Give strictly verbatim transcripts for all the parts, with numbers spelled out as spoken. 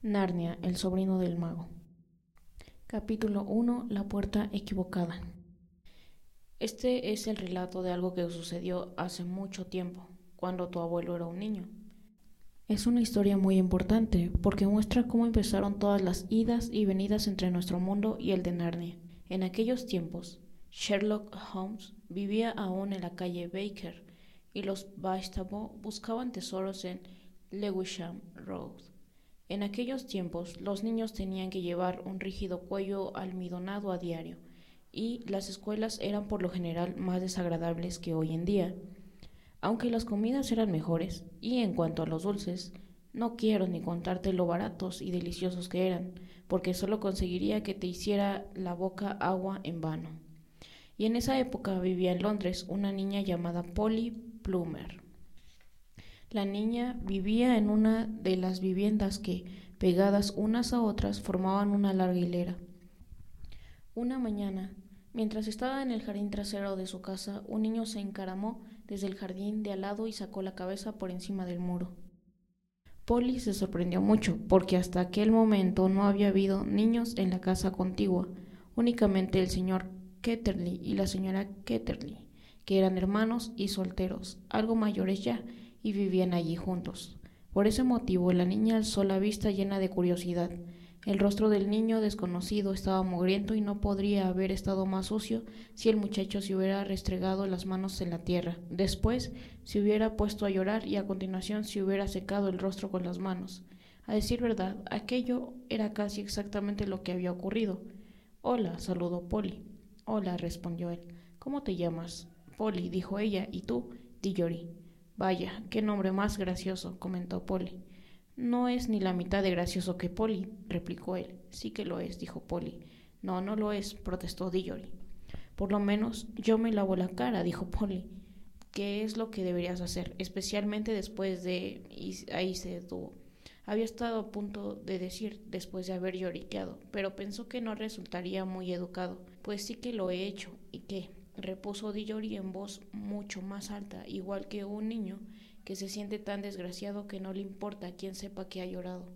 Narnia, el sobrino del mago. Capítulo uno. La puerta equivocada. Este es el relato de algo que sucedió hace mucho tiempo, cuando tu abuelo era un niño. Es una historia muy importante porque muestra cómo empezaron todas las idas y venidas entre nuestro mundo y el de Narnia. En aquellos tiempos, Sherlock Holmes vivía aún en la calle Baker y los Bastable buscaban tesoros en Lewisham Road. En aquellos tiempos, los niños tenían que llevar un rígido cuello almidonado a diario, y las escuelas eran por lo general más desagradables que hoy en día. Aunque las comidas eran mejores, y en cuanto a los dulces, no quiero ni contarte lo baratos y deliciosos que eran, porque solo conseguiría que te hiciera la boca agua en vano. Y en esa época vivía en Londres una niña llamada Polly Plummer. La niña vivía en una de las viviendas que, pegadas unas a otras, formaban una larga hilera. Una mañana, mientras estaba en el jardín trasero de su casa, un niño se encaramó desde el jardín de al lado y sacó la cabeza por encima del muro. Polly se sorprendió mucho, porque hasta aquel momento no había habido niños en la casa contigua, únicamente el señor Ketterly y la señora Ketterly, que eran hermanos y solteros, algo mayores ya, y vivían allí juntos. Por ese motivo la niña alzó la vista llena de curiosidad. El rostro del niño desconocido estaba mugriento y no podría haber estado más sucio si el muchacho se hubiera restregado las manos en la tierra. Después se hubiera puesto a llorar y a continuación se hubiera secado el rostro con las manos. A decir verdad, aquello era casi exactamente lo que había ocurrido. «Hola», saludó Polly. «Hola», respondió él. «¿Cómo te llamas?» «Polly», dijo ella. «¿Y tú?» «Dillory». «Vaya, qué nombre más gracioso», comentó Polly. «No es ni la mitad de gracioso que Polly», replicó él. «Sí que lo es», dijo Polly. «No, no lo es», protestó Dillory. «Por lo menos yo me lavo la cara», dijo Polly. «¿Qué es lo que deberías hacer? Especialmente después de...» Y ahí se detuvo. Había estado a punto de decir después de haber lloriqueado, pero pensó que no resultaría muy educado. «Pues sí que lo he hecho. ¿Y qué?», repuso Dillory en voz mucho más alta, igual que un niño que se siente tan desgraciado que no le importa a quien sepa que ha llorado.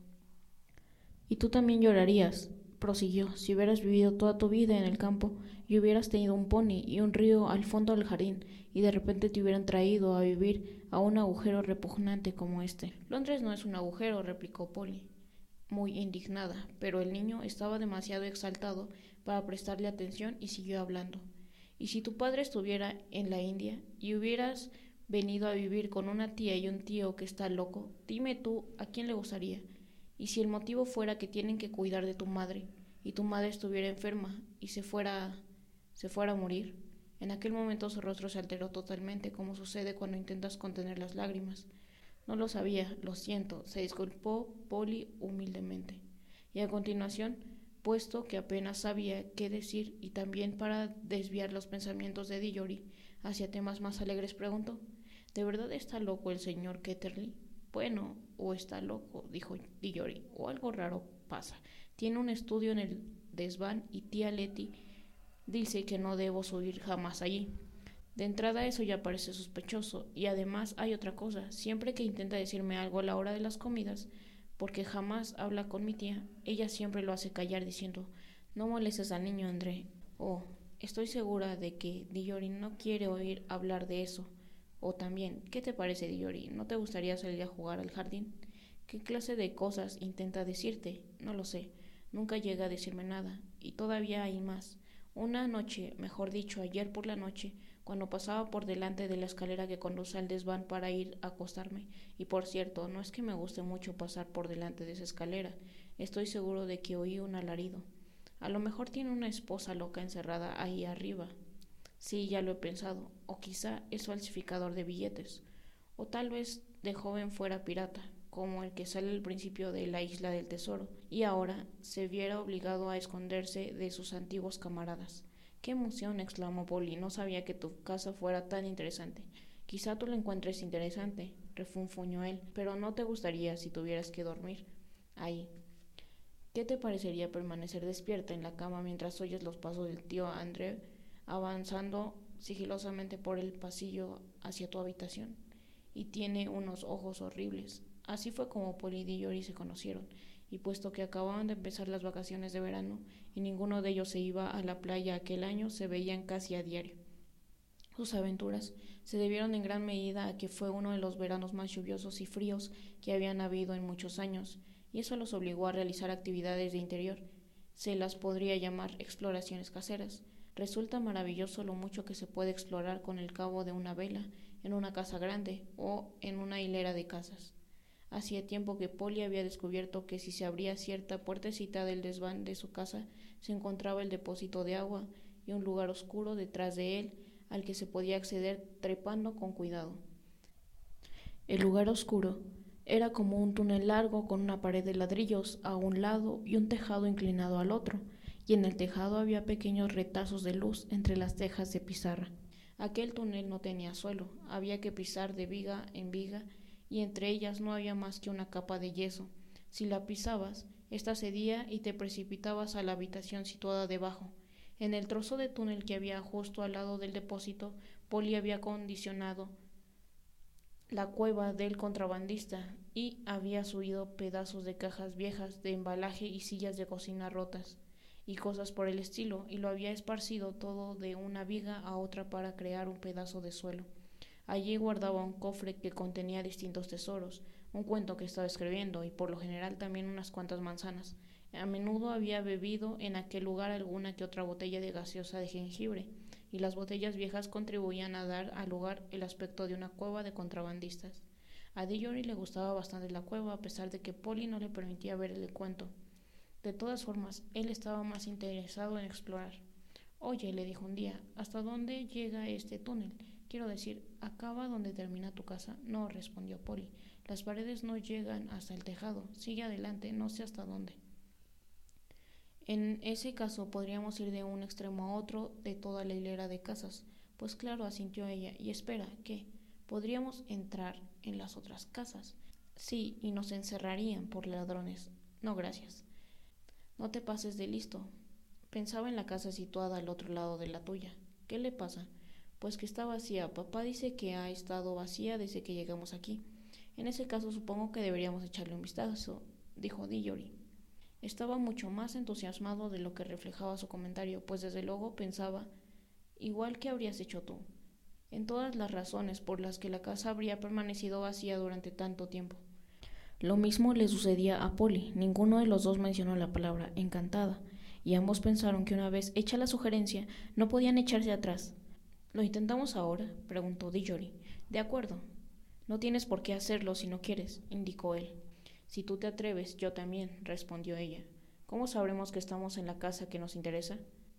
«Y tú también llorarías», prosiguió, «si hubieras vivido toda tu vida en el campo y hubieras tenido un pony y un río al fondo del jardín y de repente te hubieran traído a vivir a un agujero repugnante como este». «Londres no es un agujero», replicó Polly, muy indignada, pero el niño estaba demasiado exaltado para prestarle atención y siguió hablando. «Y si tu padre estuviera en la India y hubieras venido a vivir con una tía y un tío que está loco, dime tú, ¿a quién le gustaría? Y si el motivo fuera que tienen que cuidar de tu madre, y tu madre estuviera enferma y se fuera, se fuera a morir». En aquel momento su rostro se alteró totalmente, como sucede cuando intentas contener las lágrimas. «No lo sabía, lo siento», se disculpó Polly humildemente. Y a continuación, puesto que apenas sabía qué decir y también para desviar los pensamientos de Dillory hacia temas más alegres, preguntó: «¿De verdad está loco el señor Ketterly?» «Bueno, o está loco», dijo Dillory, «o algo raro pasa. Tiene un estudio en el desván y tía Letty dice que no debo subir jamás allí. De entrada eso ya parece sospechoso, y además hay otra cosa. Siempre que intenta decirme algo a la hora de las comidas, porque jamás habla con mi tía, ella siempre lo hace callar diciendo: «No molestes al niño, André». «Oh, estoy segura de que Dillory no quiere oír hablar de eso». «O también, ¿qué te parece, Dillory? ¿No te gustaría salir a jugar al jardín?» «¿Qué clase de cosas intenta decirte?» «No lo sé. Nunca llega a decirme nada. Y todavía hay más. Una noche, mejor dicho, ayer por la noche, cuando pasaba por delante de la escalera que conduce al desván para ir a acostarme, y por cierto, no es que me guste mucho pasar por delante de esa escalera, estoy seguro de que oí un alarido. A lo mejor tiene una esposa loca encerrada ahí arriba. Sí, ya lo he pensado. O quizá es falsificador de billetes. O tal vez de joven fuera pirata, como el que sale al principio de La Isla del Tesoro, y ahora se viera obligado a esconderse de sus antiguos camaradas». «¡Qué emoción!», exclamó Polly. «No sabía que tu casa fuera tan interesante». «Quizá tú lo encuentres interesante», refunfuñó él, «pero no te gustaría si tuvieras que dormir ahí. ¿Qué te parecería permanecer despierta en la cama mientras oyes los pasos del tío André avanzando sigilosamente por el pasillo hacia tu habitación? Y tiene unos ojos horribles». Así fue como Polly y Dillory se conocieron, y puesto que acababan de empezar las vacaciones de verano y ninguno de ellos se iba a la playa aquel año, se veían casi a diario. Sus aventuras se debieron en gran medida a que fue uno de los veranos más lluviosos y fríos que habían habido en muchos años, y eso los obligó a realizar actividades de interior. Se las podría llamar exploraciones caseras. Resulta maravilloso lo mucho que se puede explorar con el cabo de una vela en una casa grande o en una hilera de casas. Hacía tiempo que Polly había descubierto que si se abría cierta puertecita del desván de su casa se encontraba el depósito de agua y un lugar oscuro detrás de él al que se podía acceder trepando con cuidado. El lugar oscuro era como un túnel largo con una pared de ladrillos a un lado y un tejado inclinado al otro, y en el tejado había pequeños retazos de luz entre las tejas de pizarra. Aquel túnel no tenía suelo, había que pisar de viga en viga, y entre ellas no había más que una capa de yeso. Si la pisabas, ésta cedía y te precipitabas a la habitación situada debajo. En el trozo de túnel que había justo al lado del depósito, Polly había acondicionado la cueva del contrabandista y había subido pedazos de cajas viejas de embalaje y sillas de cocina rotas y cosas por el estilo, y lo había esparcido todo de una viga a otra para crear un pedazo de suelo. Allí guardaba un cofre que contenía distintos tesoros, un cuento que estaba escribiendo y por lo general también unas cuantas manzanas. A menudo había bebido en aquel lugar alguna que otra botella de gaseosa de jengibre, y las botellas viejas contribuían a dar al lugar el aspecto de una cueva de contrabandistas. A Dillory le gustaba bastante la cueva, a pesar de que Polly no le permitía ver el cuento. De todas formas, él estaba más interesado en explorar. «Oye», le dijo un día, «¿hasta dónde llega este túnel? Quiero decir, ¿acaba donde termina tu casa?» «No», respondió Polly, «las paredes no llegan hasta el tejado. Sigue adelante, no sé hasta dónde». «En ese caso podríamos ir de un extremo a otro de toda la hilera de casas». «Pues claro», asintió ella. «Y espera, ¿qué? ¿Podríamos entrar en las otras casas?» «Sí, y nos encerrarían por ladrones». «No, gracias». «No te pases de listo». Pensaba en la casa situada al otro lado de la tuya. «¿Qué le pasa?» «Pues que está vacía. Papá dice que ha estado vacía desde que llegamos aquí». «En ese caso supongo que deberíamos echarle un vistazo», dijo Dillory. Estaba mucho más entusiasmado de lo que reflejaba su comentario, pues desde luego pensaba, igual que habrías hecho tú, en todas las razones por las que la casa habría permanecido vacía durante tanto tiempo. Lo mismo le sucedía a Polly. Ninguno de los dos mencionó la palabra encantada, y ambos pensaron que una vez hecha la sugerencia no podían echarse atrás. «¿Lo intentamos ahora?», preguntó Dillory. «De acuerdo». «No tienes por qué hacerlo si no quieres», indicó él. «Si tú te atreves, yo también», respondió ella. «¿Cómo sabremos que estamos en la casa que nos interesa?»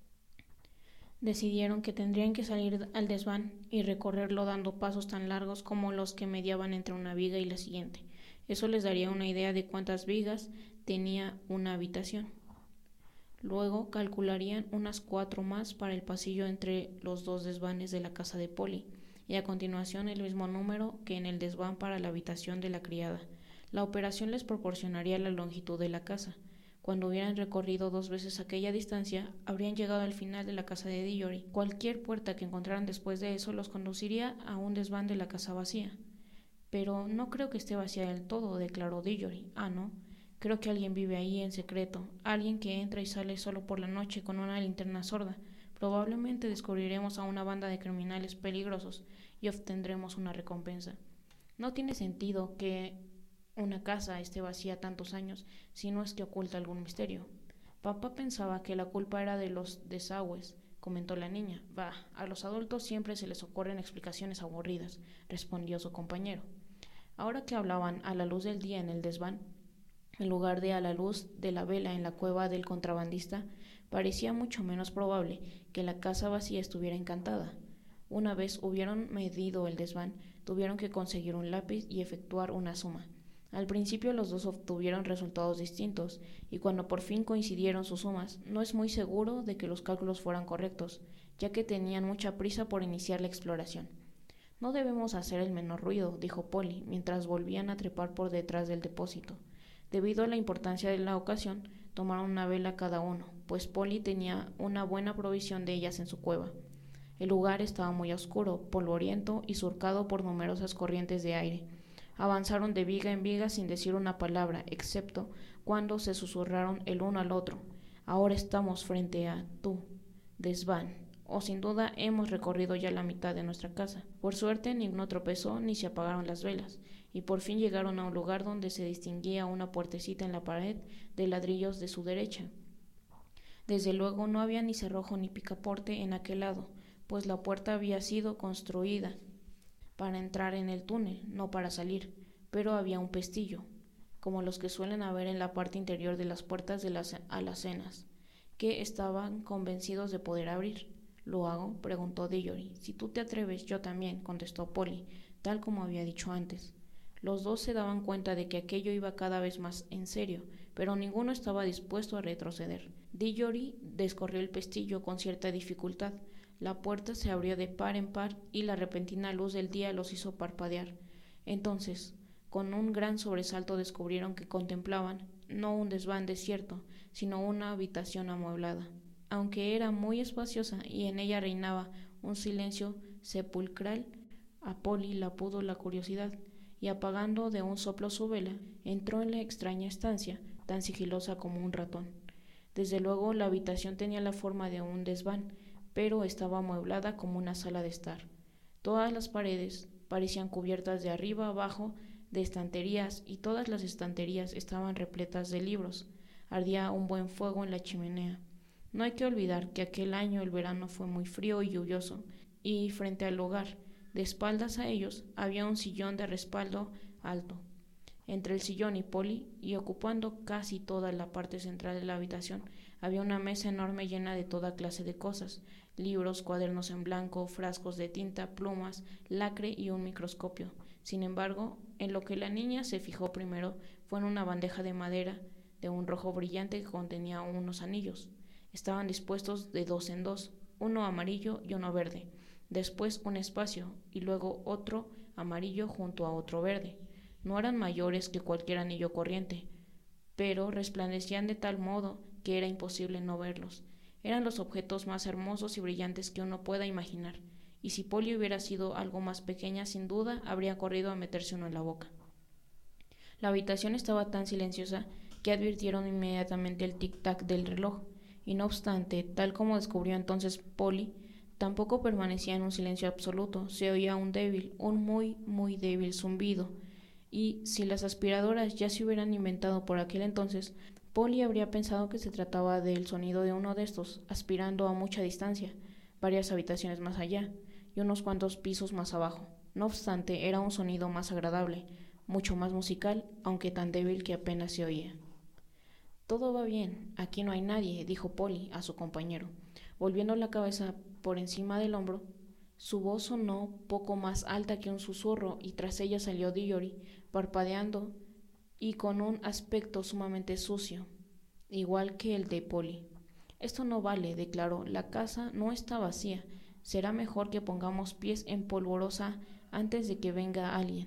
Decidieron que tendrían que salir al desván y recorrerlo dando pasos tan largos como los que mediaban entre una viga y la siguiente. Eso les daría una idea de cuántas vigas tenía una habitación. Luego calcularían unas cuatro más para el pasillo entre los dos desvanes de la casa de Polly, y a continuación el mismo número que en el desván para la habitación de la criada. La operación les proporcionaría la longitud de la casa. Cuando hubieran recorrido dos veces aquella distancia, habrían llegado al final de la casa de Dillory. Cualquier puerta que encontraran después de eso los conduciría a un desván de la casa vacía. «Pero no creo que esté vacía del todo», declaró Dillory. «Ah, ¿no? Creo que alguien vive ahí en secreto, alguien que entra y sale solo por la noche con una linterna sorda. Probablemente descubriremos a una banda de criminales peligrosos y obtendremos una recompensa». «No tiene sentido que una casa esté vacía tantos años si no es que oculta algún misterio». «Papá pensaba que la culpa era de los desagües», comentó la niña. «Bah, a los adultos siempre se les ocurren explicaciones aburridas», respondió su compañero. Ahora que hablaban a la luz del día en el desván, en lugar de a la luz de la vela en la cueva del contrabandista, parecía mucho menos probable que la casa vacía estuviera encantada. Una vez hubieron medido el desván, tuvieron que conseguir un lápiz y efectuar una suma. Al principio los dos obtuvieron resultados distintos, y cuando por fin coincidieron sus sumas, no es muy seguro de que los cálculos fueran correctos, ya que tenían mucha prisa por iniciar la exploración. «No debemos hacer el menor ruido», dijo Polly, mientras volvían a trepar por detrás del depósito. Debido a la importancia de la ocasión, tomaron una vela cada uno, pues Polly tenía una buena provisión de ellas en su cueva. El lugar estaba muy oscuro, polvoriento y surcado por numerosas corrientes de aire. Avanzaron de viga en viga sin decir una palabra, excepto cuando se susurraron el uno al otro: «Ahora estamos frente a tú, desván, o sin duda hemos recorrido ya la mitad de nuestra casa». Por suerte ninguno tropezó ni se apagaron las velas, y por fin llegaron a un lugar donde se distinguía una puertecita en la pared de ladrillos de su derecha. Desde luego no había ni cerrojo ni picaporte en aquel lado, pues la puerta había sido construida para entrar en el túnel, no para salir, pero había un pestillo, como los que suelen haber en la parte interior de las puertas de las alacenas, que estaban convencidos de poder abrir. «¿Lo hago?», preguntó Diggory. «Si tú te atreves, yo también», contestó Polly, tal como había dicho antes. Los dos se daban cuenta de que aquello iba cada vez más en serio, pero ninguno estaba dispuesto a retroceder. Diggory descorrió el pestillo con cierta dificultad. La puerta se abrió de par en par y la repentina luz del día los hizo parpadear. Entonces, con un gran sobresalto, descubrieron que contemplaban no un desván desierto, sino una habitación amueblada. Aunque era muy espaciosa y en ella reinaba un silencio sepulcral, a Polly la pudo la curiosidad, y apagando de un soplo su vela, entró en la extraña estancia, tan sigilosa como un ratón. Desde luego la habitación tenía la forma de un desván, pero estaba amueblada como una sala de estar. Todas las paredes parecían cubiertas de arriba abajo de estanterías, y todas las estanterías estaban repletas de libros. Ardía un buen fuego en la chimenea. No hay que olvidar que aquel año el verano fue muy frío y lluvioso, y frente al hogar, de espaldas a ellos, había un sillón de respaldo alto. Entre el sillón y Polly, y ocupando casi toda la parte central de la habitación, había una mesa enorme llena de toda clase de cosas: libros, cuadernos en blanco, frascos de tinta, plumas, lacre y un microscopio. Sin embargo, en lo que la niña se fijó primero fue en una bandeja de madera de un rojo brillante que contenía unos anillos. Estaban dispuestos de dos en dos, uno amarillo y uno verde, después un espacio y luego otro amarillo junto a otro verde. No eran mayores que cualquier anillo corriente, pero resplandecían de tal modo que era imposible no verlos. Eran los objetos más hermosos y brillantes que uno pueda imaginar, y si Polly hubiera sido algo más pequeña, sin duda habría corrido a meterse uno en la boca. La habitación estaba tan silenciosa que advirtieron inmediatamente el tic-tac del reloj, y no obstante, tal como descubrió entonces Polly, tampoco permanecía en un silencio absoluto. Se oía un débil, un muy, muy débil zumbido, y si las aspiradoras ya se hubieran inventado por aquel entonces, Polly habría pensado que se trataba del sonido de uno de estos, aspirando a mucha distancia, varias habitaciones más allá, y unos cuantos pisos más abajo. No obstante, era un sonido más agradable, mucho más musical, aunque tan débil que apenas se oía. «Todo va bien, aquí no hay nadie», dijo Polly a su compañero, volviendo la cabeza por encima del hombro. Su voz sonó poco más alta que un susurro, y tras ella salió Diggory, parpadeando y con un aspecto sumamente sucio, igual que el de Polly. «Esto no vale», declaró. «La casa no está vacía. Será mejor que pongamos pies en polvorosa antes de que venga alguien».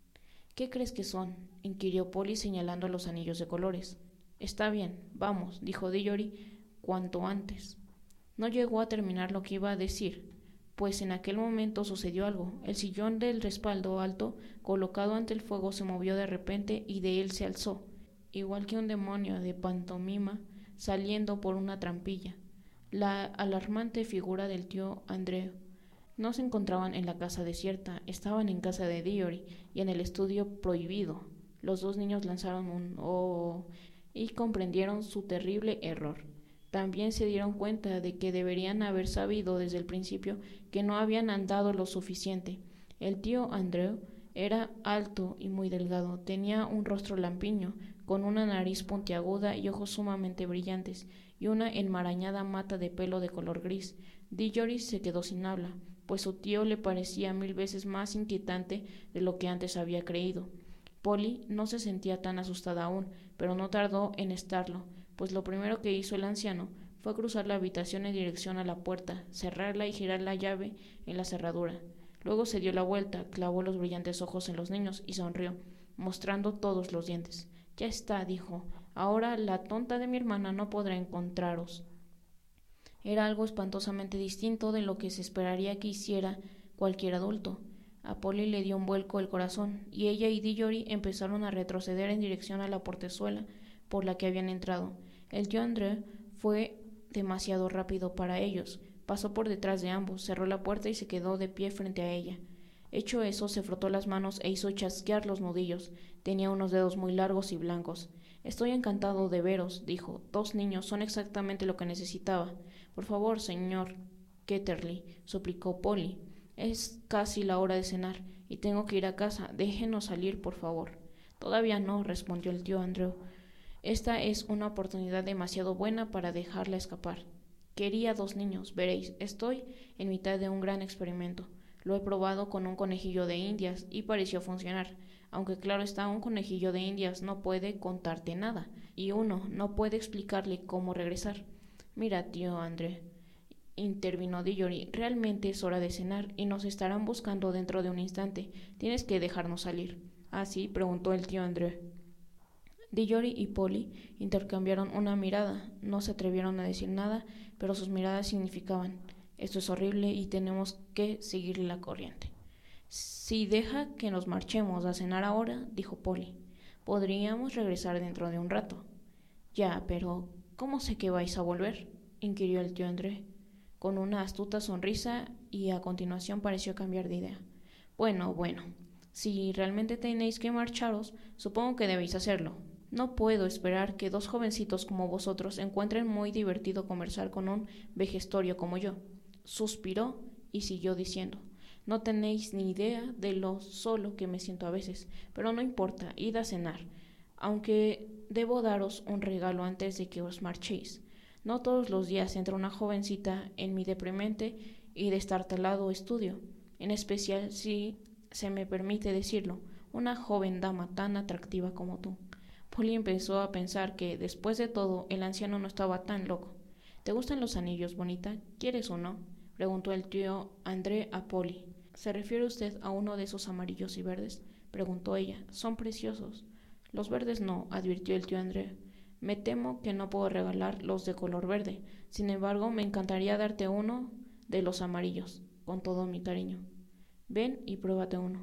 «¿Qué crees que son?», inquirió Polly señalando los anillos de colores. «Está bien, vamos», dijo Diggory, cuanto antes. No llegó a terminar lo que iba a decir, pues en aquel momento sucedió algo. El sillón del respaldo alto, colocado ante el fuego, se movió de repente y de él se alzó, igual que un demonio de pantomima saliendo por una trampilla, la alarmante figura del tío Andrew. No se encontraban en la casa desierta, estaban en casa de Diggory y en el estudio prohibido. Los dos niños lanzaron un «oh» y comprendieron su terrible error. También se dieron cuenta de que deberían haber sabido desde el principio que no habían andado lo suficiente. El tío Andrew era alto y muy delgado, tenía un rostro lampiño, con una nariz puntiaguda y ojos sumamente brillantes, y una enmarañada mata de pelo de color gris. Diggory se quedó sin habla, pues su tío le parecía mil veces más inquietante de lo que antes había creído. Polly no se sentía tan asustada aún, pero no tardó en estarlo, pues lo primero que hizo el anciano fue cruzar la habitación en dirección a la puerta, cerrarla y girar la llave en la cerradura. Luego se dio la vuelta, clavó los brillantes ojos en los niños y sonrió, mostrando todos los dientes. «Ya está», dijo. «Ahora la tonta de mi hermana no podrá encontraros». Era algo espantosamente distinto de lo que se esperaría que hiciera cualquier adulto. A Polly le dio un vuelco el corazón, y ella y Diggory empezaron a retroceder en dirección a la portezuela, por la que habían entrado. El tío André fue demasiado rápido para ellos. Pasó por detrás de ambos, cerró la puerta y se quedó de pie frente a ella. Hecho eso, se frotó las manos e hizo chasquear los nudillos. Tenía unos dedos muy largos y blancos. «Estoy encantado de veros», dijo. «Dos niños son exactamente lo que necesitaba». «Por favor, señor Ketterly», suplicó Polly. «Es casi la hora de cenar y tengo que ir a casa. Déjenos salir, por favor». «Todavía no», respondió el tío Andrew. «Esta es una oportunidad demasiado buena para dejarla escapar. Quería dos niños, veréis. Estoy en mitad de un gran experimento. Lo he probado con un conejillo de indias y pareció funcionar, aunque claro está, un conejillo de indias no puede contarte nada, y uno no puede explicarle cómo regresar». «Mira, tío André», intervino Dillory, «realmente es hora de cenar y nos estarán buscando dentro de un instante. Tienes que dejarnos salir». «¿Ah, sí?», preguntó el tío André. Dillory y Polly intercambiaron una mirada. No se atrevieron a decir nada, pero sus miradas significaban: «Esto es horrible y tenemos que seguirle la corriente». «Si deja que nos marchemos a cenar ahora», dijo Polly, «podríamos regresar dentro de un rato». «Ya, pero ¿cómo sé que vais a volver?», inquirió el tío André, con una astuta sonrisa, y a continuación pareció cambiar de idea. «Bueno, bueno, si realmente tenéis que marcharos, supongo que debéis hacerlo. No puedo esperar que dos jovencitos como vosotros encuentren muy divertido conversar con un vejestorio como yo». Suspiró y siguió diciendo: «No tenéis ni idea de lo solo que me siento a veces, pero no importa, id a cenar, aunque debo daros un regalo antes de que os marchéis. No todos los días entra una jovencita en mi deprimente y destartalado estudio, en especial, si se me permite decirlo, una joven dama tan atractiva como tú». Polly empezó a pensar que, después de todo, el anciano no estaba tan loco. «¿Te gustan los anillos, bonita? ¿Quieres uno?», preguntó el tío André a Polly. «¿Se refiere usted a uno de esos amarillos y verdes?», preguntó ella. «Son preciosos». «Los verdes no», advirtió el tío André. «Me temo que no puedo regalar los de color verde. Sin embargo, me encantaría darte uno de los amarillos, con todo mi cariño. Ven y pruébate uno».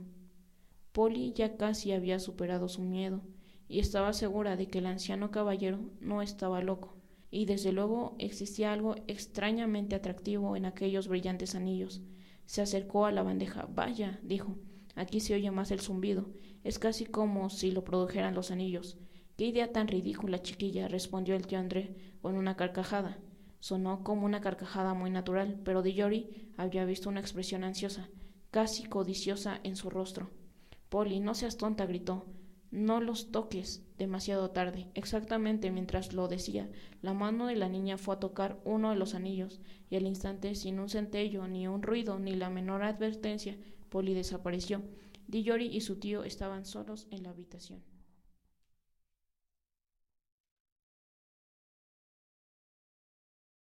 Polly ya casi había superado su miedo y estaba segura de que el anciano caballero no estaba loco, y desde luego existía algo extrañamente atractivo en aquellos brillantes anillos. Se acercó a la bandeja. «Vaya», dijo, «aquí se oye más el zumbido. Es casi como si lo produjeran los anillos». «¡Qué idea tan ridícula, chiquilla!», respondió el tío André con una carcajada. Sonó como una carcajada muy natural, pero Dillory había visto una expresión ansiosa, casi codiciosa, en su rostro. «Polly, no seas tonta», gritó. «No los toques demasiado tarde». Exactamente mientras lo decía, la mano de la niña fue a tocar uno de los anillos, y al instante, sin un centello, ni un ruido, ni la menor advertencia, Polly desapareció. Dillory y su tío estaban solos en la habitación.